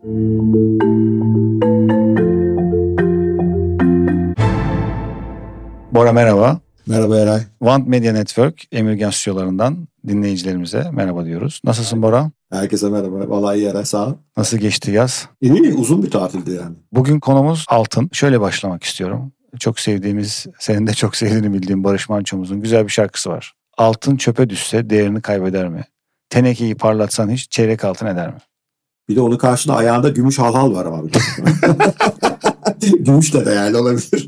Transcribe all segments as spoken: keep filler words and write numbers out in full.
Bora merhaba. Merhaba Eray. Want Media Network Emirgan stüdyolarından dinleyicilerimize merhaba diyoruz. Nasılsın Bora? Herkese merhaba. Vallahi iyi Eray, sağ ol. Nasıl geçti yaz? İyi, uzun bir tatildi yani. Bugün konumuz altın. Şöyle başlamak istiyorum. Çok sevdiğimiz, senin de çok sevdiğini bildiğim Barış Manço'muzun güzel bir şarkısı var. Altın çöpe düşse değerini kaybeder mi? Tenekeyi parlatsan hiç çeyrek altın eder mi? Bir de onun karşında ayağında gümüş halhal var ama. Gümüş de değerli olabilir.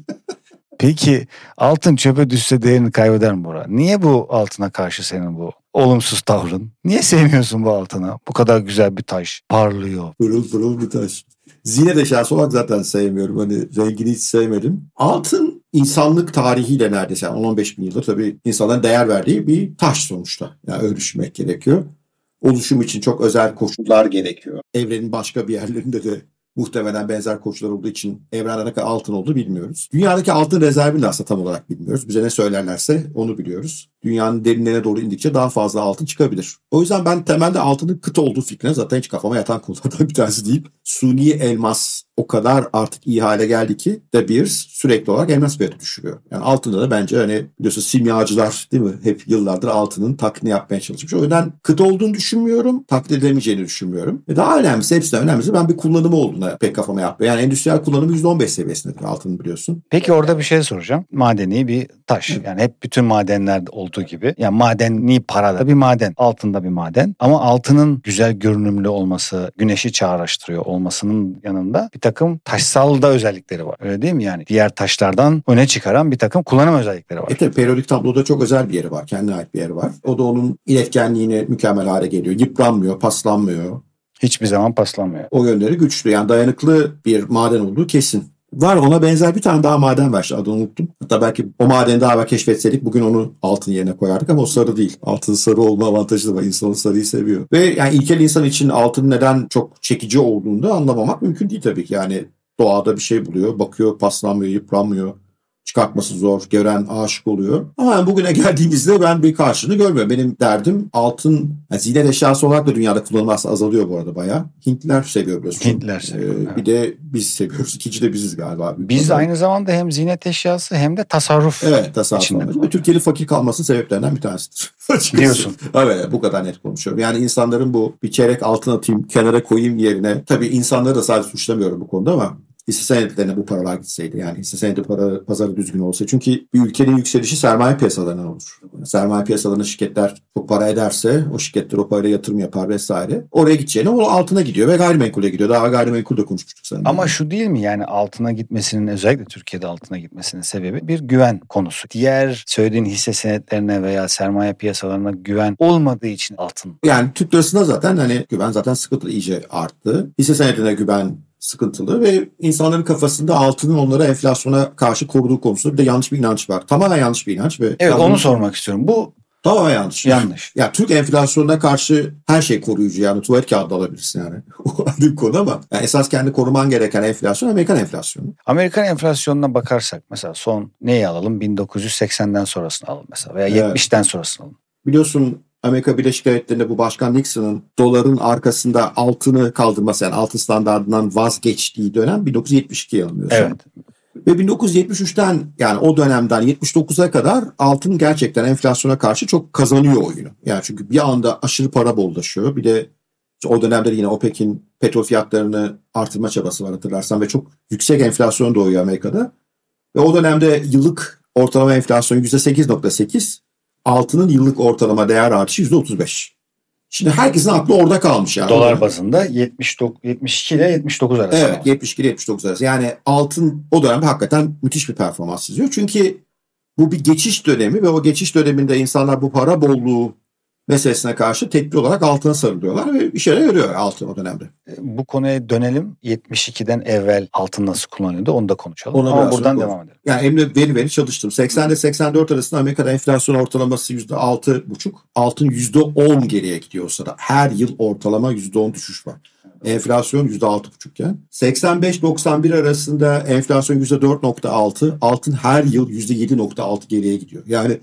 Peki altın çöpe düşse değerini kaybeder mi Bora? Niye bu altına karşı senin bu olumsuz tavrın? Niye sevmiyorsun bu altını? Bu kadar güzel bir taş, parlıyor. Pırıl pırıl bir taş. Ziynet eşyası olarak zaten sevmiyorum. Hani rengini hiç sevmedim. Altın insanlık tarihiyle neredeyse yani on on beş bin yıldır tabii insanların değer verdiği bir taş sonuçta. Yani öyle düşünmek gerekiyor. Oluşum için çok özel koşullar gerekiyor. Evrenin başka bir yerlerinde de muhtemelen benzer koşullar olduğu için evrende ne kadar altın olduğu bilmiyoruz. Dünyadaki altın rezervini de aslında tam olarak bilmiyoruz. Bize ne söylerlerse onu biliyoruz. Dünyanın derinlerine doğru indikçe daha fazla altın çıkabilir. O yüzden ben temelde altının kıt olduğu fikrine zaten hiç kafama yatan konulardan bir tanesi değil. Suni elmas o kadar artık iyi hale geldi ki De Beers sürekli olarak elmas fiyatı düşürüyor. Yani altında da bence hani biliyorsun simyacılar değil mi? Hep yıllardır altının taklidini yapmaya çalışmış. O yüzden kıt olduğunu düşünmüyorum. Taklit edilemeyeceğini düşünmüyorum. Ve daha önemlisi, hepsinden önemlisi ben bir kullanımı olduğuna pek kafama yapmıyor. Yani endüstriyel kullanımı yüzde on beş seviyesindedir altının biliyorsun. Peki orada bir şey soracağım. Madeni bir taş. Yani hep bütün madenlerde olduğu gibi. Yani madeni parada bir maden. Altında bir maden. Ama altının güzel görünümlü olması, güneşi çağrıştırıyor olmasının yanında bir takım taşsal da özellikleri var. Öyle değil mi yani? Diğer taşlardan öne çıkaran bir takım kullanım özellikleri var. E tabi periyodik tabloda çok özel bir yeri var. Kendine ait bir yeri var. O da onun iletkenliğini mükemmel hale geliyor. Yıpranmıyor, paslanmıyor. Hiçbir zaman paslanmıyor. O yönleri güçlü. Yani dayanıklı bir maden olduğu kesin. Var, ona benzer bir tane daha maden var. Adını unuttum. Hatta belki o madeni daha evvel keşfetseydik bugün onu altın yerine koyardık ama o sarı değil. Altın sarı olma avantajı da var. İnsan sarıyı seviyor. Ve yani ilkel insan için altın neden çok çekici olduğunu da anlamamak mümkün değil tabii ki. Yani doğada bir şey buluyor, bakıyor, paslanmıyor, yıpranmıyor. Çıkartması zor, gören aşık oluyor. Ama yani bugüne geldiğimizde ben bir karşılığını görmüyorum. Benim derdim altın, yani ziynet eşyası olarak da dünyada kullanılması azalıyor bu arada bayağı. Hintliler seviyor biliyorsun. Hintliler seviyor. Ee, evet. Bir de biz seviyoruz. İkinci de biziz galiba. Biz de aynı zamanda hem ziynet eşyası hem de tasarruf. Evet, tasarruf. Ve Türkiye'nin fakir kalmasının sebeplerinden bir tanesidir. Diyorsun. Evet, bu kadar net konuşuyorum. Yani insanların bu bir çeyrek altın atayım, kenara koyayım yerine, tabii insanları da sadece suçlamıyorum bu konuda ama hisse senetlerine bu paralar gitseydi, yani hisse senedi para, pazarı düzgün olsa. Çünkü bir ülkenin yükselişi sermaye piyasalarına olur. Sermaye piyasalarına şirketler çok para ederse o şirketler o parayla yatırım yapar vesaire. Oraya gideceğine o altına gidiyor ve gayrimenkule gidiyor. Daha gayrimenkul de konuşmuştuk seninle. Ama şu değil mi yani altına gitmesinin, özellikle Türkiye'de altına gitmesinin sebebi bir güven konusu. Diğer söylediğin hisse senetlerine veya sermaye piyasalarına güven olmadığı için altın. Yani Türk lirasında zaten hani güven zaten sıkıntılı, iyice arttı. Hisse senedine güven sıkıntılı ve insanların kafasında altının onları enflasyona karşı koruduğu konusunda bir de yanlış bir inanç var. Tamamen yanlış bir inanç. Ve evet, onu sormak istiyorum. Bu tamamen yanlış. Yanlış. Ya Türk enflasyonuna karşı her şey koruyucu, yani tuvalet kağıdı alabilirsin yani. O ayrı bir konu ama yani esas kendi koruman gereken enflasyon Amerikan enflasyonu. Amerikan enflasyonuna bakarsak mesela son neyi alalım? bin dokuz yüz seksenden sonrasını alalım mesela veya evet. yetmişten sonrasını alalım. Biliyorsun Amerika Birleşik Devletleri'nde bu Başkan Nixon'ın doların arkasında altını kaldırması, yani altın standartından vazgeçtiği dönem bin dokuz yüz yetmiş iki yanılmıyorsam. Evet. Ve bin dokuz yüz yetmiş üçten yani o dönemden yetmiş dokuza kadar altın gerçekten enflasyona karşı çok kazanıyor oyunu. Yani çünkü bir anda aşırı para bollaşıyor. Bir de o dönemde yine OPEC'in petrol fiyatlarını artırma çabası var hatırlarsan ve çok yüksek enflasyon doğuyor Amerika'da. Ve o dönemde yıllık ortalama enflasyon yüzde sekiz virgül sekiz, altının yıllık ortalama değer artışı yüzde otuz beş. Şimdi herkesin aklı orada kalmış yani. Dolar bazında yetmiş dokuz, yetmiş iki ile yetmiş dokuz arası. Evet, yetmiş iki ile yetmiş dokuz arası. Yani altın o dönemde hakikaten müthiş bir performans çiziyor. Çünkü bu bir geçiş dönemi ve o geçiş döneminde insanlar bu para bolluğu meselesine karşı tedbir olarak altına sarılıyorlar ve işe yarıyor altın o dönemde. Bu konuya dönelim. yetmiş ikiden evvel altın nasıl kullanıyordu onu da konuşalım. Ona Ama buradan konuş. devam edelim. Yani elimde veri veri çalıştım. seksen ile seksen dört arasında Amerika'da enflasyon ortalaması yüzde altı buçuk. Altın yüzde on geriye gidiyor o sırada. Her yıl ortalama yüzde on düşüş var. Enflasyon yüzde altı buçuk iken. seksen beş doksan bir arasında enflasyon yüzde dört virgül altı. Altın her yıl yüzde yedi virgül altı geriye gidiyor. Yani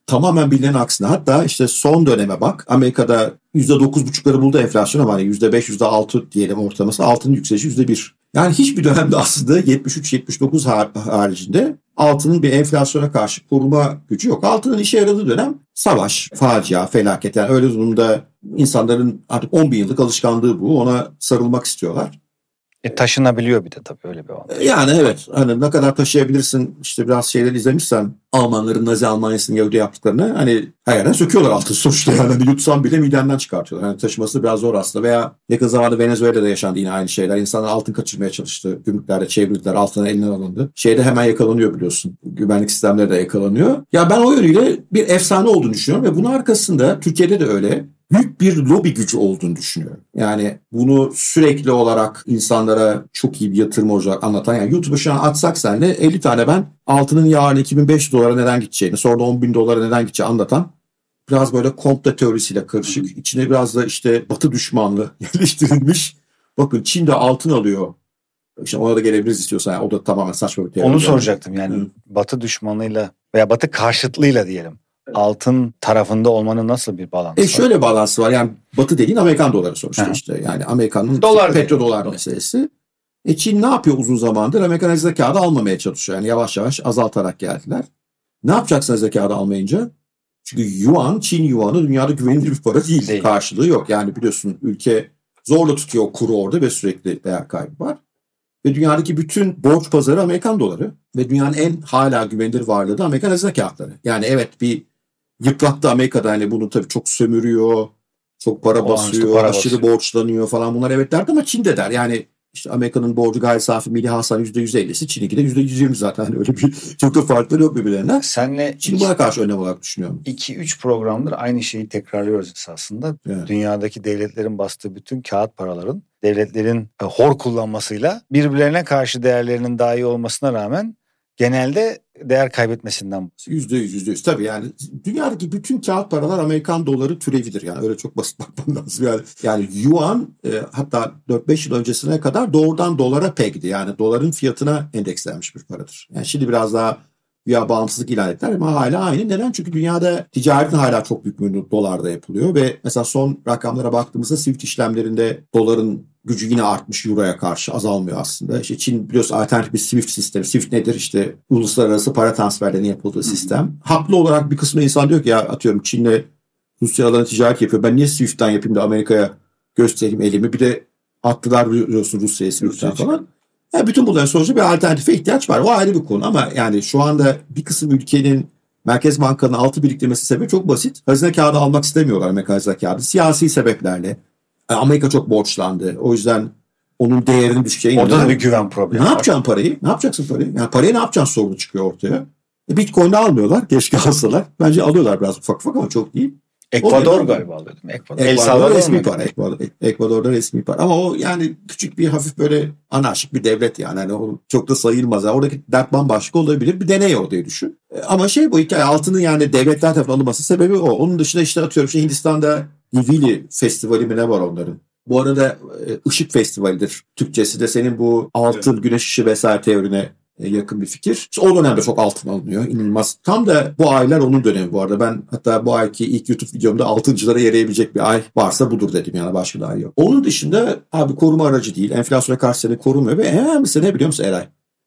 tamamen bilinenin aksine. Hatta işte son döneme bak. Amerika'da yüzde dokuz buçukları buldu enflasyon ama hani yüzde beş, yüzde altı diyelim ortalaması. Altının yükselişi yüzde bir. Yani hiçbir dönemde aslında yetmiş üç yetmiş dokuz haricinde altının bir enflasyona karşı koruma gücü yok. Altının işe yaradığı dönem savaş, facia, felaket. Yani öyle durumda insanların artık on bin yıllık alışkanlığı bu. Ona sarılmak istiyorlar. E taşınabiliyor bir de tabii öyle bir avantaj. Yani evet, hani ne kadar taşıyabilirsin, işte biraz şeyler izlemişsen Almanların Nazi Almanya'sının Yahudi yaptıklarını hani her yerden söküyorlar altın sonuçta, yani hani yutsan bile midenden çıkartıyorlar. Yani taşıması biraz zor aslında. Veya yakın zamanda Venezuela'da yaşandı yine aynı şeyler. İnsanlar altın kaçırmaya çalıştı. Gümrüklerde çevirdiler, altına elinden alındı. Şeyde hemen yakalanıyor biliyorsun. Güvenlik sistemleri de yakalanıyor. Ya ben o yönüyle bir efsane olduğunu düşünüyorum ve bunun arkasında Türkiye'de de öyle büyük bir lobi gücü olduğunu düşünüyorum. Yani bunu sürekli olarak insanlara çok iyi bir yatırım olarak anlatan, yani YouTube'u şu an atsak senle elli tane ben altının yarın iki bin beş yüz dolara neden gideceğini, sonra on bin dolara neden gideceğini anlatan, biraz böyle komplo teorisiyle karışık, içine biraz da işte Batı düşmanlığı yerleştirilmiş. Bakın Çin de altın alıyor. İşte ona da gelebiliriz istiyorsan. Yani o da tamamen saçma bir teori. Onu soracaktım yani. Hı. Batı düşmanıyla veya Batı karşıtlığıyla diyelim. Altın tarafında olmanın nasıl bir balansı e var? Şöyle balansı var. Yani Batı dediğin Amerikan doları sonuçta ha. işte. Yani Amerikan'ın dolar petrodolar meselesi. E Çin ne yapıyor uzun zamandır? Amerikan hazine kağıdı almamaya çalışıyor. Yani yavaş yavaş azaltarak geldiler. Ne yapacaksın hazine kağıdı almayınca? Çünkü yuan, Çin yuanı dünyada güvenilir bir para değil. değil. Karşılığı yok. Yani biliyorsun ülke zorla tutuyor o kuru orada ve sürekli değer kaybı var. Ve dünyadaki bütün borç pazarı Amerikan doları. Ve dünyanın en hala güvenilir varlığı da Amerikan hazine kağıtları. Yani evet bir yıprattı Amerika'da, hani bunu tabii çok sömürüyor, çok para o basıyor, para aşırı basıyor. borçlanıyor falan, bunlar evet derdi ama Çin de der. Yani işte Amerika'nın borcu gayri safi milli hasılanın yüzde yüz ellisi, Çin'inki de yüzde yüz yirmi zaten. Hani öyle bir çok da farkları yok birbirlerine. Senle Çin buna karşı önlem olarak düşünüyorum. iki üç programdır aynı şeyi tekrarlıyoruz esasında. Evet. Dünyadaki devletlerin bastığı bütün kağıt paraların devletlerin hor kullanmasıyla birbirlerine karşı değerlerinin daha iyi olmasına rağmen genelde değer kaybetmesinden. Yüzde yüz, yüzde yüz. Tabii yani dünyadaki bütün kağıt paralar Amerikan doları türevidir. Yani öyle çok basit bakmam lazım. Yani, yani yuan e, hatta dört beş yıl öncesine kadar doğrudan dolara pegdi. Yani doların fiyatına endekslenmiş bir paradır. Yani şimdi biraz daha güya bağımsızlık ilan ettiler ama hala aynı. Neden? Çünkü dünyada ticaretin hala çok büyük bir dolarda yapılıyor ve mesela son rakamlara baktığımızda Swift işlemlerinde doların gücü yine artmış, euroya karşı azalmıyor aslında. İşte Çin biliyorsun alternatif bir Swift sistemi. Swift nedir? İşte uluslararası para transferlerinin yapıldığı sistem. Haklı olarak bir kısmı insan diyor ki ya atıyorum Çin'le Rusya alanı ticaret yapıyor. Ben niye Swift'ten yapayım da Amerika'ya göstereyim elimi? Bir de attılar biliyorsun Rusya'ya Swift'ten falan. Yani bütün bunların sonucu bir alternatife ihtiyaç var. O ayrı bir konu ama yani şu anda bir kısım ülkenin Merkez Banka'nın altı biriktirmesi sebebi çok basit. Hazine kağıdı almak istemiyorlar Amerika hazine kağıdı. Siyasi sebeplerle. Amerika çok borçlandı. O yüzden onun değerinin düşeceği. Orada da bir güven problemi. Ne yapacaksın parayı? Ne yapacaksın parayı? Yani parayı ne yapacaksın sorunu çıkıyor ortaya. E, Bitcoin'de almıyorlar. Keşke alsalar. Bence alıyorlar biraz ufak ufak ama çok değil. Ekvador galiba alıyor değil mi? Ekvador. Ekvador'da resmi para. Ekvador, Ekvador'da resmi para. Ama o yani küçük bir hafif böyle anarşik bir devlet yani. yani o çok da sayılmaz. Yani oradaki dert bambaşka olabilir. Bir deney o diye düşün. Ama şey bu hikaye altının yani devletler tarafından alınması sebebi o. Onun dışında işte atıyorum işte Hindistan'da Divili Festivali mi ne var onların? Bu arada ışık festivalidir. Türkçesi de senin bu altın, evet. güneş ışığı vesaire teorine yakın bir fikir. İşte o dönemde çok altın alınıyor. İnanılmaz. Tam da bu aylar onun dönemi bu arada. Ben hatta bu ayki ilk YouTube videomda altıncılara yarayabilecek bir ay varsa budur dedim yani, başka da ay yok. Onun dışında abi koruma aracı değil. Enflasyona karşı seni korumuyor ve en önemlisi ne biliyor musun Eray?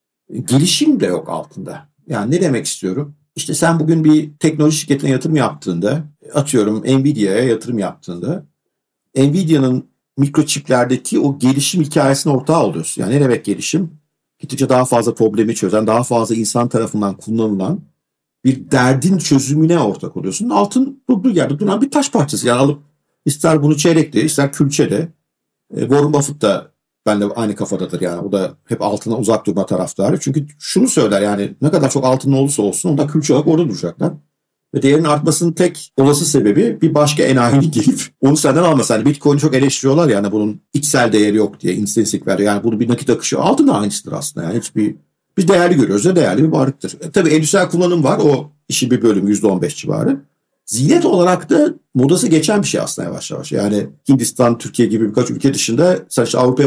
Gelişim de yok altında. Yani ne demek istiyorum? İşte sen bugün bir teknoloji şirketine yatırım yaptığında, atıyorum Nvidia'ya yatırım yaptığında, Nvidia'nın mikroçiplerdeki o gelişim hikayesine ortağı oluyorsun. Yani ne demek gelişim? Gittikçe daha fazla problemi çözen, daha fazla insan tarafından kullanılan bir derdin çözümüne ortak oluyorsun. Altın durduğu yerde duran bir taş parçası. Yani alıp ister bunu çeyrek de, ister külçe de. E, Warren Buffett da benimle aynı kafadadır yani. O da hep altına uzak durma taraftarı. Çünkü şunu söyler yani ne kadar çok altın olursa olsun onda külçe olarak orada duracaklar. Ve değerinin artmasının tek olası sebebi bir başka enayinin gelip onu senden alması. Yani Bitcoin'i çok eleştiriyorlar yani bunun içsel değeri yok diye, intrinsik veriyor. Yani bunu bir nakit akışı altın da aynısıdır aslında. Yani hiçbir biz değerli görüyoruz da değerli bir varlıktır. E, tabii endüstriyel kullanım var. O işin bir bölümü yüzde on beş civarı. Zinet olarak da modası geçen bir şey aslında yavaş yavaş. Yani Hindistan, Türkiye gibi birkaç ülke dışında sen işte Avrupa'ya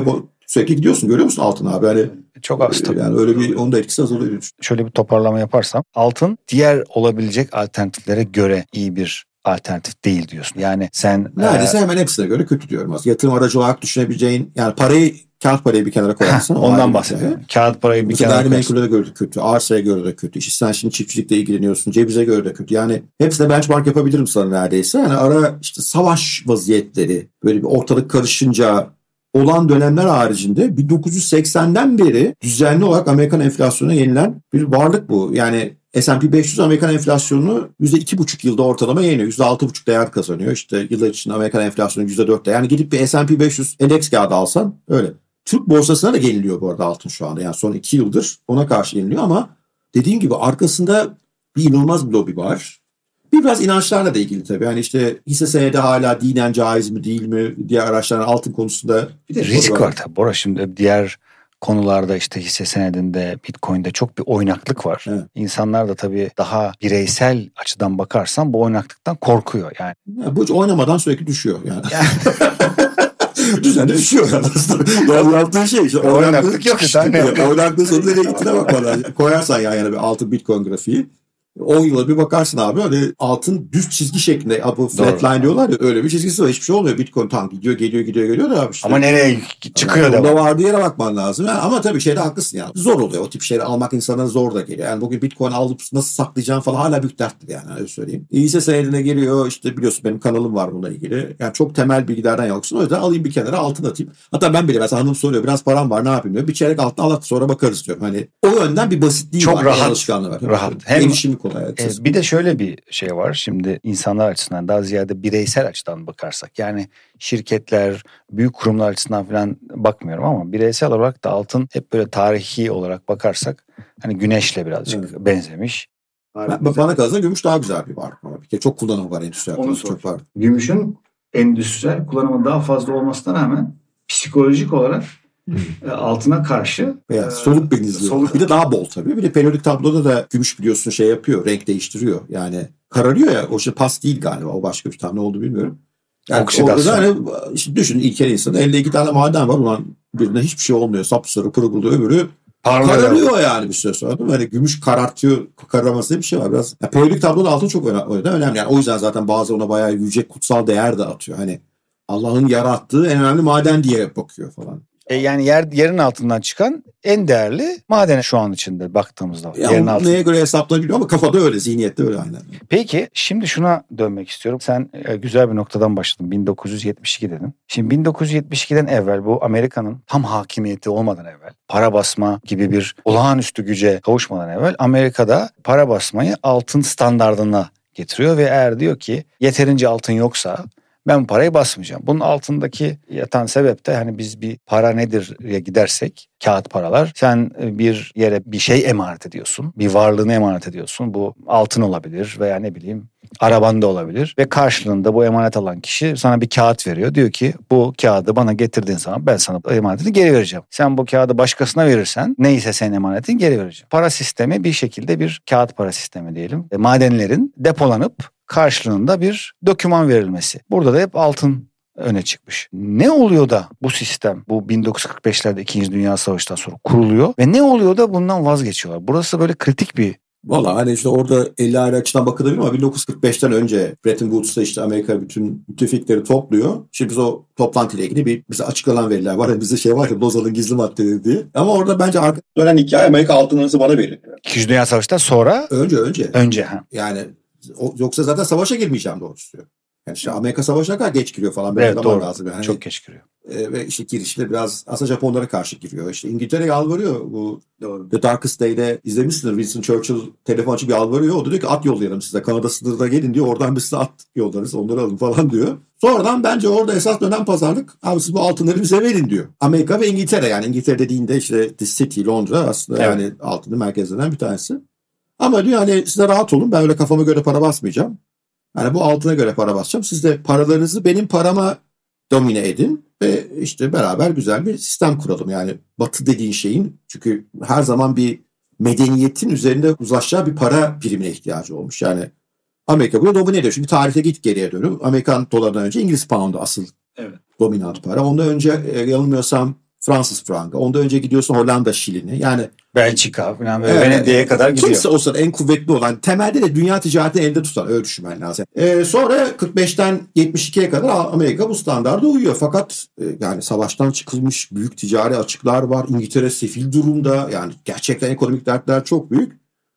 Sürekli gidiyorsun, görüyor musun altın abi? Yani çok az tabii. Yani öyle bir onun da etkisi azalıyor. Şöyle bir toparlama yaparsam altın diğer olabilecek alternatiflere göre iyi bir alternatif değil diyorsun. Yani sen neredeyse e, hemen hepsine göre kötü diyorum aslında. Yatırım aracı olarak düşünebileceğin, yani parayı, kağıt parayı bir kenara koyarsan. Ondan bahsediyorum. Kağıt parayı bir kenara koyarsan. Gayrimenkulde göre de kötü. Arsaya göre de kötü. İşte sen şimdi çiftçilikle ilgileniyorsun. Cevize göre de kötü. Yani hepsine benchmark yapabilirim sana neredeyse. Yani ara işte savaş vaziyetleri, böyle bir ortalık karışınca olan dönemler haricinde bin dokuz yüz seksenden beri düzenli olarak Amerikan enflasyonuna yenilen bir varlık bu. Yani S and P beş yüz Amerikan enflasyonunu yüzde iki buçuk yılda ortalama yeniyor. yüzde altı buçuk değer kazanıyor. İşte yıllar içinde Amerikan enflasyonu yüzde dörtte. Yani gidip bir S and P beş yüz endeks kağıdı alsan öyle. Türk borsasına da yeniliyor bu arada altın şu anda. Yani son iki yıldır ona karşı yeniliyor ama dediğim gibi arkasında bir inanılmaz bir lobi var. Biraz inançlarla da ilgili tabii. Yani işte hisse senedi hala dinen caiz mi değil mi? Diğer araçların altın konusunda. Bir de risk var, var tabii. Bora şimdi diğer konularda işte hisse senedinde, Bitcoin'de çok bir oynaklık var. Evet. İnsanlar da tabii daha bireysel açıdan bakarsan bu oynaklıktan korkuyor yani. Ya bu hiç oynamadan sürekli düşüyor yani. Düzenli düşüyor yani aslında. Yani yaptığın şey işte oynaklık yok işte. Oynaklığı sonunda nereye gittiğine bakmadan. Koyarsan yani, yani bir altın Bitcoin grafiği. on yıla bir bakarsın abi, hani altın düz çizgi şeklinde, bu flatline diyorlar ya, öyle bir çizgisi var, hiçbir şey olmuyor. Bitcoin tam gidiyor geliyor gidiyor geliyor da abi işte. Ama nereye çıkıyor yani da var. Vardığı yere bakman lazım. Yani ama tabii şeyde haklısın yani. Zor oluyor. O tip şeyleri almak insana zor da geliyor. Yani bugün Bitcoin alıp nasıl saklayacağım falan hala büyük derttir yani, öyle söyleyeyim. Hisse senedine geliyor işte, biliyorsun benim kanalım var bununla ilgili. Yani çok temel bilgilerden yoksun. O yüzden alayım bir kenara, altın atayım. Hatta ben bile mesela hanım soruyor, biraz param var ne yapayım diyor. Bir çeyrek altın al at, sonra bakarız diyorum. Hani o yönden bir basitliği çok var. Çok rahat. Var. Rahat. Hem erişimi kolay. E, bir de şöyle bir şey var. Şimdi insanlar açısından daha ziyade bireysel açıdan bakarsak, yani şirketler, büyük kurumlar açısından falan bakmıyorum ama bireysel olarak da altın hep böyle tarihi olarak bakarsak hani güneşle birazcık evet. benzemiş. Ben, bana kalırsa gümüş daha güzel bir varlık ama bir kere çok kullanımı var endüstriyel. Onu çok var. Gümüşün endüstriyel kullanımı daha fazla olmasına rağmen psikolojik olarak hmm. altına karşı veya soluk benizliyor. Soluk. Bir de daha bol tabii. Bir de periyodik tabloda da gümüş biliyorsun şey yapıyor, renk değiştiriyor. Yani kararıyor ya, o şey pas değil galiba, o başka bir tane ne oldu bilmiyorum. Yani oksidasyon. Yani işte düşün, ilkel insan elde iki tane maden var, ulan birine hiçbir şey olmuyor, sapsarı pırıl pırıl, öbürü parlıyor. Kararıyor yani bir süre sonra, değil mi? Hani gümüş karartıyor, kararması diye bir şey var biraz. Yani periyodik tabloda altın çok önemli, önemli. Yani o yüzden zaten bazı ona bayağı yüce kutsal değer de atıyor. Hani Allah'ın yarattığı en önemli maden diye bakıyor falan. E yani yer yerin altından çıkan en değerli maden şu an içinde baktığımızda. Ya yerin altında. Neye göre hesaplanabiliyor ama kafada öyle, zihniyette öyle aynen. Peki şimdi şuna dönmek istiyorum. Sen e, güzel bir noktadan başladın. bin dokuz yüz yetmiş iki dedin. Şimdi bin dokuz yüz yetmiş ikiden evvel, bu Amerika'nın tam hakimiyeti olmadan evvel, para basma gibi bir olağanüstü güce kavuşmadan evvel Amerika'da para basmayı altın standardına getiriyor ve eğer diyor ki yeterince altın yoksa ben bu parayı basmayacağım. Bunun altındaki yatan sebep de hani biz bir para nedir diye gidersek, kağıt paralar. Sen bir yere bir şey emanet ediyorsun. Bir varlığını emanet ediyorsun. Bu altın olabilir veya ne bileyim araban da olabilir. Ve karşılığında bu emanet alan kişi sana bir kağıt veriyor. Diyor ki bu kağıdı bana getirdiğin zaman ben sana emanetini geri vereceğim. Sen bu kağıdı başkasına verirsen neyse senin emanetin geri vereceğim. Para sistemi bir şekilde bir kağıt para sistemi diyelim. E, madenlerin depolanıp karşılığında bir doküman verilmesi. Burada da hep altın öne çıkmış. Ne oluyor da bu sistem bu bin dokuz yüz kırk beşlerde İkinci Dünya Savaşı'ndan sonra kuruluyor ve ne oluyor da bundan vazgeçiyorlar? Burası böyle kritik bir... Valla hani işte orada elli ayrı açıdan bakılabilir ama bin dokuz yüz kırk beşten önce Bretton Woods'ta işte Amerika bütün müttefikleri topluyor. Şimdi biz o toplantıyla ilgili bir bize açıklanan veriler var. Yani bize şey var ya, Lozan'ın gizli maddeleri diye. Ama orada bence arka dönen hikaye Amerika altınlarını bana veriyor. İkinci Dünya Savaşı'ndan sonra... Önce önce. Önce ha. Yani o, yoksa zaten savaşa girmeyeceğim doğrusu diyor. Yani işte Amerika savaşa kadar geç giriyor falan. Böyle evet doğru. Lazım yani. Çok geç giriyor. E, ve işte girişte biraz aslında Japonlara karşı giriyor. İşte İngiltere yalvarıyor. Bu doğru. The Darkest Day'de izlemişsindir. Winston Churchill telefon açıp yalvarıyor. O da diyor ki at yollayalım size. Kanada sınırına gelin diyor. Oradan biz size at yollarız. Onları alın falan diyor. Sonradan bence orada esas dönen pazarlık, abi siz bu altınları bize verin diyor. Amerika ve İngiltere, yani İngiltere dediğinde işte The City, Londra aslında evet. Yani altının merkezlerinden bir tanesi. Ama diyor hani size rahat olun, ben öyle kafama göre para basmayacağım. Yani bu altına göre para basacağım. Siz de paralarınızı benim parama domine edin ve işte beraber güzel bir sistem kuralım. Yani Batı dediğin şeyin, çünkü her zaman bir medeniyetin üzerinde uzlaşacağı bir para birimine ihtiyacı olmuş. Yani Amerika bunu domine ediyor. Çünkü tarihte git geriye dönüp Amerikan dolarından önce İngiliz pound'u asıl evet. dominant para. Ondan önce yanılmıyorsam Fransız frangı. Ondan önce gidiyorsun Hollanda şilini. Yani Belçika falan böyle evet, Venedik'e kadar gidiyor. Kimse o sırada en kuvvetli olan, temelde de dünya ticaretini elde tutan, öyle düşünmen lazım. Ee, sonra kırk beşten yetmiş ikiye kadar Amerika bu standarda uyuyor. Fakat e, yani savaştan çıkılmış büyük ticari açıklar var. İngiltere sefil durumda. Yani gerçekten ekonomik dertler çok büyük.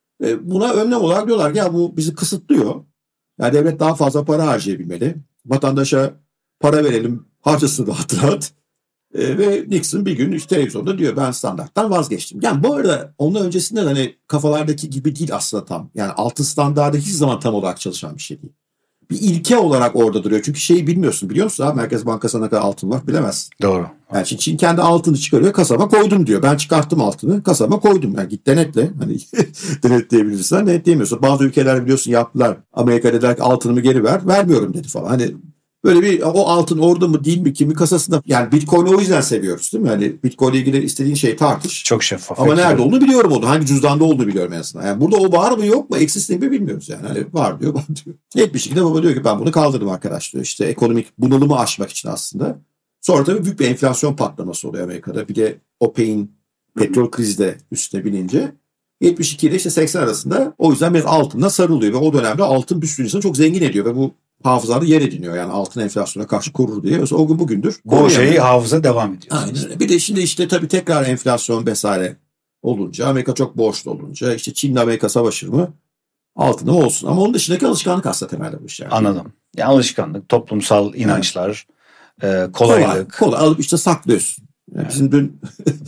E, buna önlem olarak diyorlar ki ya bu bizi kısıtlıyor. Yani devlet daha fazla para harcayabilmeli. Vatandaşa para verelim, harcasın rahat rahat. E, ve Nixon bir gün işte televizyonda diyor ben standarttan vazgeçtim. Yani bu arada ondan öncesinde de hani kafalardaki gibi değil aslında tam. Yani altın standardı hiçbir zaman tam olarak çalışan bir şey değil. Bir ilke olarak orada duruyor. Çünkü şeyi bilmiyorsun, biliyor musun? Ha, Merkez Bankası'na ne kadar altın var bilemezsin. Doğru. Yani Çin kendi altını çıkarıyor, kasaba koydum diyor. Ben çıkarttım altını, kasaba koydum. Yani git denetle. Hani denetleyebilirsen denetleyemiyorsun. Bazı ülkeler biliyorsun yaptılar. Amerika dediler ki altınımı geri ver. Vermiyorum dedi falan. Hani böyle bir o altın orada mı değil mi kimin kasasında. Yani Bitcoin'i o yüzden seviyoruz değil mi? Hani Bitcoin'le ilgili istediğin şey tartış. Çok şeffaf. Ama nerede olduğunu biliyorum onu. Hangi cüzdanda olduğunu biliyorum en azından. Yani burada o var mı yok mu eksisini mi bilmiyoruz yani. Hani var diyor, var diyor. Net bir şekilde baba diyor ki ben bunu kaldırdım arkadaş diyor. İşte ekonomik bunalımı aşmak için aslında. Sonra tabii büyük bir enflasyon patlaması oluyor Amerika'da. Bir de OPEC'in petrol krizi de üstüne binince yetmiş iki ile işte seksen arasında o yüzden biraz altına sarılıyor. Ve o dönemde altın bir sürü insanı çok zengin ediyor ve bu hafızada yer ediniyor. Yani altın enflasyona karşı korur diye. Mesela o gün bugündür. Bu şeyi hafıza devam ediyor. Aynen öyle. Bir de şimdi işte tabii tekrar enflasyon vesaire olunca, Amerika çok borçlu olunca, işte Çin'le Amerika savaşır mı? Altına olsun. Ama onun dışındaki alışkanlık aslında temelde bu iş yani. Anladım. Yani alışkanlık, toplumsal inançlar, evet. e, kolaylık. Kolay, kolay alıp işte saklıyorsun. Yani evet. Bizim dün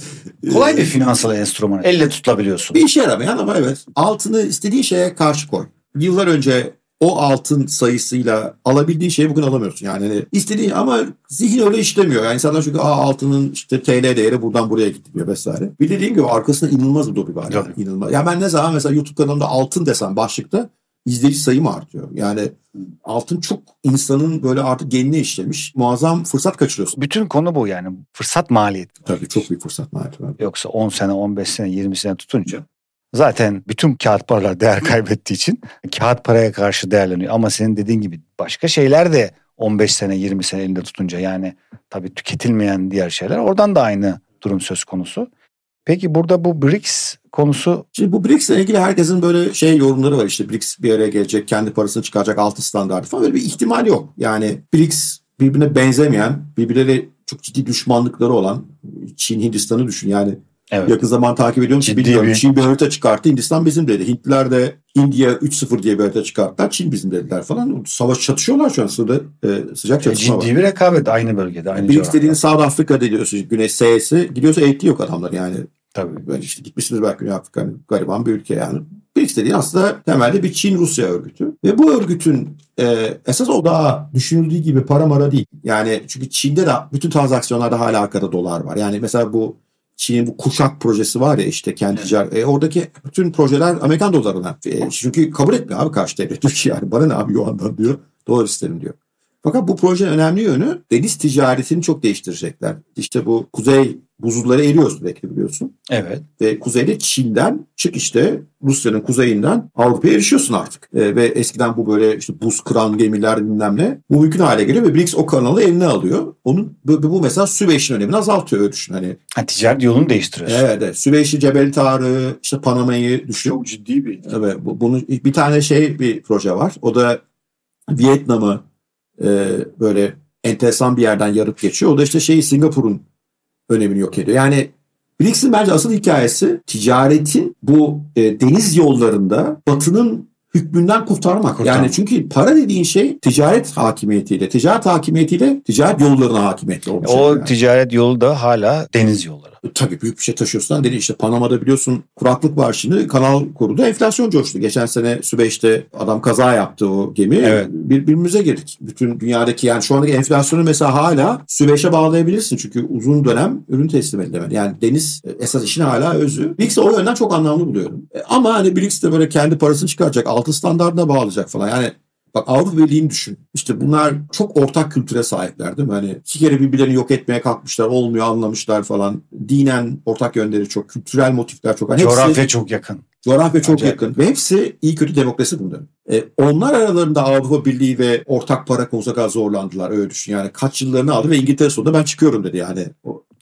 kolay bir finansal enstrüman. Elle tutulabiliyorsun. Bir işe yaramayan ama evet. Altını istediğin şeye karşı koy. Yıllar önce o altın sayısıyla alabildiğin şeyi bugün alamıyorsun. Yani hani istediğin ama zihin öyle işlemiyor. Yani insanlar çünkü Aa, altının işte T L değeri buradan buraya gitti diyor vesaire. Bir dediğim gibi arkasında inanılmaz bir dobi var. Yani. İnanılmaz. Ya ben ne zaman mesela YouTube kanalımda altın desem başlıkta izleyici sayım artıyor. Yani altın çok insanın böyle artık genine işlemiş. Muazzam fırsat kaçırıyorsun. Bütün konu bu yani. Fırsat maliyeti. Tabii çok büyük fırsat maliyeti var. Yoksa on sene, on beş sene, yirmi sene tutunca zaten bütün kağıt paralar değer kaybettiği için kağıt paraya karşı değerleniyor. Ama senin dediğin gibi başka şeyler de on beş sene, yirmi sene elinde tutunca yani tabii tüketilmeyen diğer şeyler oradan da aynı durum söz konusu. Peki burada bu B R I C S konusu... Şimdi bu B R I C S'le ilgili herkesin böyle şey yorumları var. İşte B R I C S bir araya gelecek, kendi parasını çıkaracak, altın standartı falan, böyle bir ihtimal yok. Yani B R I C S birbirine benzemeyen, birbirleri çok ciddi düşmanlıkları olan Çin, Hindistan'ı düşün yani. Evet. Yakın zaman takip ediyorum ki bilmiyorum. Bir... Çin bir harita çıkarttı. Hindistan bizim dedi. Hintliler de India üç sıfır diye bir harita çıkarttılar. Çin bizim dediler falan. Savaş çatışıyorlar şu an. Sırada e, sıcak çatışma var. Ciddi bir rekabet aynı bölgede. Aynı B R I C S dediğin South Afrika diyorsun. Güney S'si. Gidiyorsa eğitim yok adamlar yani. Tabii. Böyle işte gitmişsiniz belki Güney Afrika'nın gariban bir ülke yani. B R I C S dediğin aslında temelde bir Çin-Rusya örgütü. Ve bu örgütün e, esas o daha düşünüldüğü gibi para mara değil. Yani çünkü Çin'de de bütün transaksiyonlarda hala arkada dolar var. Yani mesela bu Çin'in bu kuşak projesi var ya işte kendi ticaret. E, oradaki bütün projeler Amerikan dolarına. E, çünkü kabul etmiyor abi karşı devlet. Türkiye yani bana ne abi yuandan diyor. Dolar isterim diyor. Fakat bu projenin önemli yönü deniz ticaretini çok değiştirecekler. İşte bu kuzey buzulları eriyor sürekli biliyorsun. Evet. Ve kuzeyde Çin'den çık işte Rusya'nın kuzeyinden Avrupa'ya erişiyorsun artık. E, ve eskiden bu böyle işte buz kıran gemiler bilmem ne. Bu mümkün hale geliyor ve B R I C S o kanalı eline alıyor. Onun bu, bu mesela Süveyş'in önemini azaltıyor öyle düşün. Hani, ha, ticaret yolunu değiştiriyor. Evet, evet. Süveyş'i, Cebel Tarık'ı, işte Panama'yı düşün. Çok ciddi bir. Evet. Bu, bunun bir tane şey bir proje var. O da Vietnam'ı e, böyle enteresan bir yerden yarıp geçiyor. O da işte şeyi Singapur'un önemini yok ediyor. Yani B R I C S'in bence asıl hikayesi ticaretin bu e, deniz yollarında Batı'nın hükmünden kurtarmak. Kurtar. Yani çünkü para dediğin şey ticaret hakimiyetiyle, ticaret hakimiyetiyle ticaret yollarına hakimiyetli olmuş. O yani. Ticaret yolu da hala deniz yolları. Tabii büyük bir şey taşıyorsun. Dedi işte Panama'da biliyorsun kuraklık var şimdi. Kanal kurudu. Enflasyon coştu. Geçen sene Süveyş'te adam kaza yaptı o gemi. Evet. Bir, birbirimize girdik. Bütün dünyadaki yani şu andaki enflasyonu mesela hala Süveyş'e bağlayabilirsin. Çünkü uzun dönem ürün teslim edilemedi. Yani deniz esas işin hala özü. B R I C S'i o yönden çok anlamlı buluyorum. Ama hani B R I C S de böyle kendi parasını çıkaracak. Altın standartına bağlayacak falan. Yani bak Avrupa Birliği'ni düşün. İşte bunlar çok ortak kültüre sahipler değil mi? Hani iki kere birbirlerini yok etmeye kalkmışlar, olmuyor anlamışlar falan. Dinen ortak yönleri çok, kültürel motifler çok. Hani coğrafya hepsi, çok yakın. Coğrafya çok Acayip. yakın. Ve hepsi iyi kötü demokrasi bunların. E, onlar aralarında Avrupa Birliği ve ortak para konusunda kadar zorlandılar. Öyle düşün. Yani kaç yıllarını aldı ve İngiltere sonunda ben çıkıyorum dedi yani. O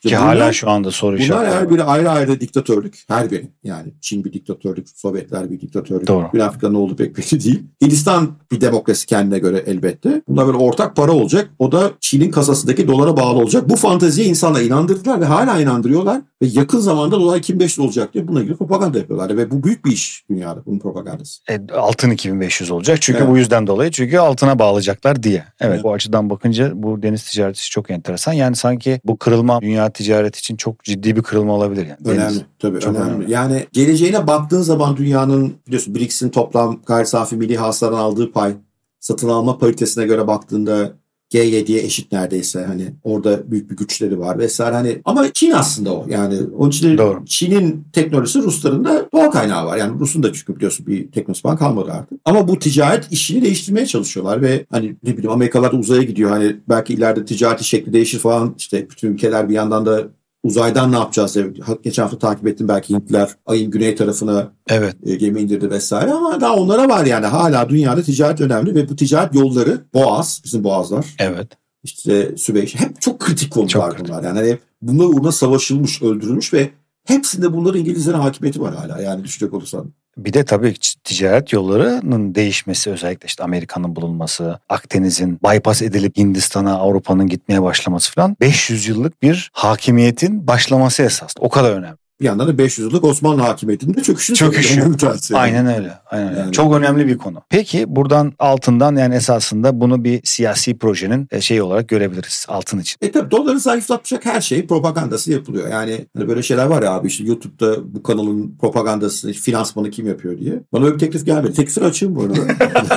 Ki bunlar, hala şu anda soru işareti. Bunlar her biri ayrı ayrı diktatörlük. Her biri. Yani Çin bir diktatörlük, Sovyetler bir diktatörlük. Doğru. Güney Afrika'nın olduğu pek belli değil. Hindistan bir demokrasi kendine göre elbette. Bunlar böyle ortak para olacak. O da Çin'in kasasındaki dolara bağlı olacak. Bu fanteziye insanlar inandırdılar ve hala inandırıyorlar. Ve yakın zamanda dolar iki bin beş yüz olacak diye buna ilgili propaganda yapıyorlar. Ve bu büyük bir iş dünyada, bunun propagandası. E, altın iki bin beş yüz olacak. Çünkü evet. bu yüzden dolayı. Çünkü altına bağlayacaklar diye. Evet, evet, bu açıdan bakınca bu deniz ticareti çok enteresan. Yani sanki bu kırılma dünya ticareti için çok ciddi bir kırılma olabilir. Yani. Önemli. Deniz. Tabii çok önemli. önemli. Yani geleceğine baktığın zaman dünyanın biliyorsun B R I C S'in toplam gayri safi milli hasıladan aldığı pay satın alma paritesine göre baktığında G yediye eşit neredeyse, hani orada büyük bir güçleri var vesaire, hani ama Çin aslında o yani onun için Doğru. Çin'in teknolojisi, Rusların da doğal kaynağı var yani Rus'un da çünkü biliyorsun bir teknolojisi falan kalmadı artık ama bu ticaret işini değiştirmeye çalışıyorlar ve hani ne bileyim Amerikalılar da uzaya gidiyor, hani belki ileride ticareti şekli değişir falan, işte bütün ülkeler bir yandan da uzaydan ne yapacağız? Geçen hafta takip ettim, belki Hintliler ayın güney tarafına evet. e, gemi indirdi vesaire ama daha onlara var yani. Hala dünyada ticaret önemli ve bu ticaret yolları, Boğaz, bizim boğazlar. Evet. İşte Süveyş, hep çok kritik konular çok bunlar. kritik. Yani hani bunlar uğruna savaşılmış, öldürülmüş ve hepsinde bunların İngilizlerin hakimiyeti var hala yani düşünecek olursan. Bir de tabii ticaret yollarının değişmesi, özellikle işte Amerika'nın bulunması, Akdeniz'in bypass edilip Hindistan'a, Avrupa'nın gitmeye başlaması falan beş yüz yıllık bir hakimiyetin başlaması esas. O kadar önemli. Bir yandan da beş yüz yıllık Osmanlı hakimiyetinin de çöküşünü Çöküşü. Yani. Aynen öyle. Aynen öyle. Yani. Çok önemli bir konu. Peki buradan altından, yani esasında bunu bir siyasi projenin şey olarak görebiliriz altın için. E tabi doları zayıflatacak her şey propagandası yapılıyor. Yani hani böyle şeyler var ya abi, işte YouTube'da bu kanalın propagandası, finansmanı kim yapıyor diye. Bana öyle bir teklif gelmedi. Teklifini açayım bu arada.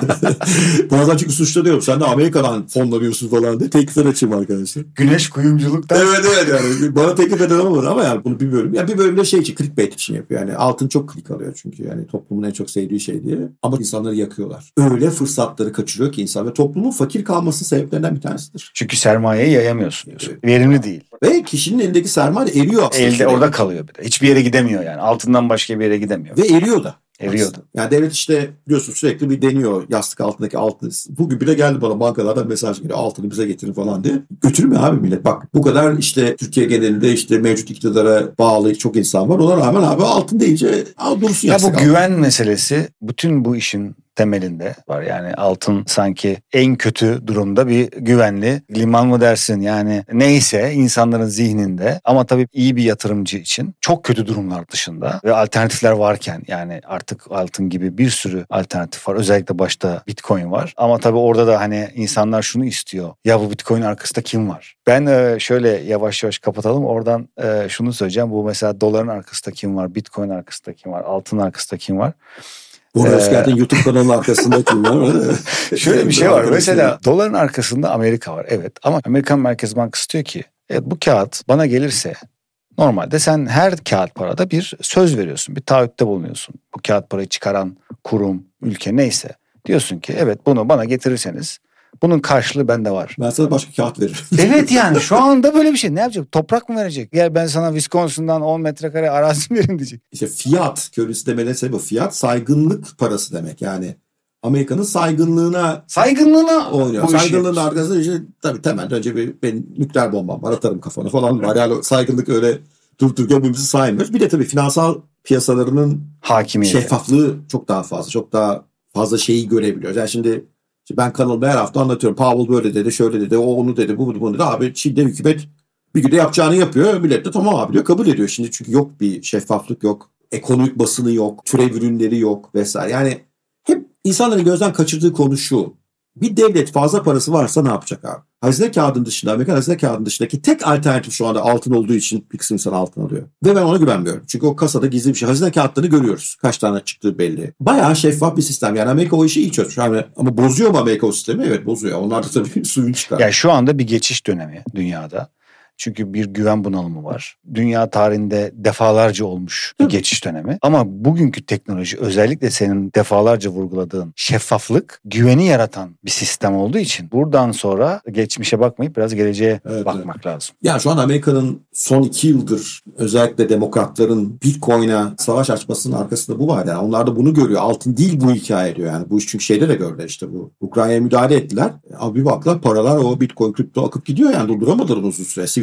Bazen çünkü suçlanıyorum. Sen de Amerika'dan fonlanıyorsun falan diye. Teklifini açayım arkadaşlar. Güneş kuyumculuktan. Evet evet yani. Bana teklif eden olmadı ama yani bunu bir bölüm. Yani bir bölümde şey için, clickbait için yapıyor. Yani altın çok klik alıyor çünkü yani toplumun en çok sevdiği şey diye. Ama insanları yakıyorlar. Öyle fırsatları kaçırıyor ki insan ve toplumun fakir kalması sebeplerinden bir tanesidir. Çünkü sermayeyi yayamıyorsun diyorsun. Evet. Verimli değil. Ve kişinin elindeki sermaye eriyor aslında. Elde orada kalıyor bir de. Hiçbir yere gidemiyor yani. Altından başka bir yere gidemiyor. Ve eriyor da. Eriyor da. Yani devlet işte biliyorsun sürekli bir deniyor yastık altındaki altın. Bugün bile geldi bana bankalardan mesaj geliyor. Altını bize getirin falan diye. Götürmüyor abi millet. Bak bu kadar işte Türkiye genelinde işte mevcut iktidara bağlı çok insan var. Ona rağmen abi altın deyince al dursun ya yastık bu altın. Güven meselesi bütün bu işin temelinde var. Yani altın sanki en kötü durumda bir güvenli liman mı dersin, yani neyse insanların zihninde, ama tabii iyi bir yatırımcı için çok kötü durumlar dışında ve alternatifler varken, yani artık altın gibi bir sürü alternatif var. Özellikle başta Bitcoin var. Ama tabii orada da hani insanlar şunu istiyor. Ya bu Bitcoin arkasında kim var? Ben şöyle yavaş yavaş kapatalım. Oradan şunu söyleyeceğim. Bu mesela doların arkasında kim var? Bitcoin arkasında kim var? Altın arkasında kim var? Bora Özger'in YouTube kanalının arkasında kim var? Şöyle bir şey var. Mesela doların arkasında Amerika var. Evet, ama Amerikan Merkez Bankası diyor ki evet, bu kağıt bana gelirse, normalde sen her kağıt parada bir söz veriyorsun. Bir taahhütte bulunuyorsun. Bu kağıt parayı çıkaran kurum, ülke neyse. Diyorsun ki evet, bunu bana getirirseniz bunun karşılığı bende var. Ben sana başka kağıt veririm. Evet, yani şu anda böyle bir şey. Ne yapacak? Toprak mı verecek? Gel ben sana Wisconsin'dan on metrekare arazi verin diyecek. İşte fiyat, körüsü demenin sebebi fiyat saygınlık parası demek. Yani Amerika'nın saygınlığına saygınlığına oynuyor. Saygınlığın arkasında işte tabii temelde önce bir ben nükleer bombam var, atarım kafana falan var. Yani saygınlık öyle durup dururken birbirimizi saymıyoruz. Bir de tabii finansal piyasalarının hakimiyeti, şeffaflığı çok daha fazla. Çok daha fazla şeyi görebiliyoruz. Yani şimdi ben kanalımda her hafta anlatıyorum. Powell böyle dedi, şöyle dedi, o onu dedi, bu bunu dedi. Abi Çin'de hükümet bir günde yapacağını yapıyor. Millet de tamam abi diyor, kabul ediyor. Şimdi çünkü yok bir şeffaflık yok. Ekonomik basını yok. Türev ürünleri yok vesaire. Yani hep insanların gözden kaçırdığı konu şu. Bir devlet fazla parası varsa ne yapacak abi? Hazine kağıdının dışında, Amerikan hazine kağıdının dışındaki tek alternatif şu anda altın olduğu için bir kısım insan altın alıyor. Ve ben ona güvenmiyorum. Çünkü o kasada gizli bir şey. Hazine kağıtlarını görüyoruz. Kaç tane çıktığı belli. Bayağı şeffaf bir sistem. Yani Amerika o işi iyi çözmüş. Yani, ama bozuyor mu Amerika o sistemi? Evet bozuyor. Onlar da tabii suyun çıkar. Yani şu anda bir geçiş dönemi dünyada. Çünkü bir güven bunalımı var. Dünya tarihinde defalarca olmuş bir geçiş dönemi. Ama bugünkü teknoloji, özellikle senin defalarca vurguladığın şeffaflık, güveni yaratan bir sistem olduğu için buradan sonra geçmişe bakmayıp biraz geleceğe evet, bakmak evet. lazım. Yani şu an Amerika'nın son iki yıldır özellikle demokratların Bitcoin'e savaş açmasının arkasında bu var. Yani onlar da bunu görüyor. Altın değil bu hikaye diyor. Yani bu iş çünkü şeyde de gördüler işte bu. Ukrayna'ya müdahale ettiler. Abi bir baktılar paralar o Bitcoin kripto akıp gidiyor yani, durduramadılar uzun süre. Swift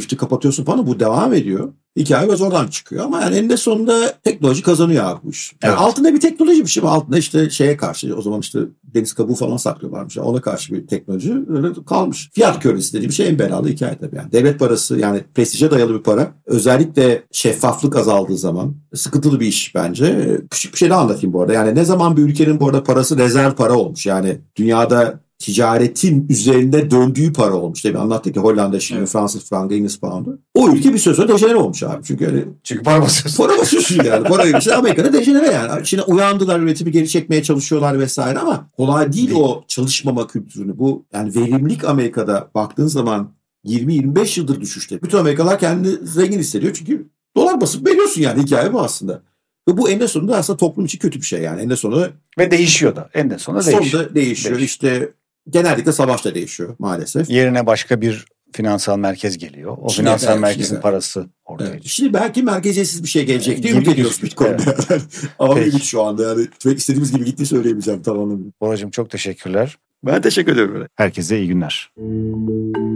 Swift'i kapatıyorsun falan, bu devam ediyor. Hikaye biraz oradan çıkıyor ama yani eninde sonunda teknoloji kazanıyor abi bu iş. Yani evet. Altında bir teknoloji bir şey ama altında işte şeye karşı, o zaman işte deniz kabuğu falan saklıyorlarmış. Yani ona karşı bir teknoloji öyle kalmış. Fiyat köresi dediğim şey en belalı hikaye tabii yani. Devlet parası, yani prestije dayalı bir para. Özellikle şeffaflık azaldığı zaman sıkıntılı bir iş bence. Küçük bir şey daha anlatayım bu arada. Yani ne zaman bir ülkenin bu arada parası rezerv para olmuş. Yani dünyada ticaretin üzerinde döndüğü para olmuş. Tabii anlattık ki Hollanda şimdi evet. Fransız frangı, İngiliz poundu. O ülke bir süre sonra dejenere olmuş abi. Çünkü hani çünkü para basıyorsun. Para basıyorsun yani. Para işte Amerika'da dejenere yani. Şimdi uyandılar, üretimi geri çekmeye çalışıyorlar vesaire ama kolay değil, değil. O çalışmama kültürünü. Bu yani verimlilik Amerika'da baktığın zaman yirmi yirmi beş yıldır düşüşte. Bütün Amerikalılar kendini zengin hissediyor çünkü dolar basıp veriyorsun yani. Hikaye bu aslında. Ve bu eninde sonunda aslında toplum için kötü bir şey yani. Eninde sonunda ve değişiyor da. Eninde sonunda değişiyor. Sonunda değişiyor. değişiyor. İşte genellikle savaşta değişiyor maalesef. Yerine başka bir finansal merkez geliyor. O şimdi finansal evet, merkezin şimdi parası ortaya evet. çıkıyor. Şimdi belki merkeziyetsiz bir şey gelecek diye ümit ediyoruz Bitcoin'de. Evet. Ama ümit şu anda yani. Pek istediğimiz gibi gittiğini söyleyemeyeceğim tam anlamıyla. Boracığım çok teşekkürler. Ben teşekkür ediyorum. Herkese iyi günler.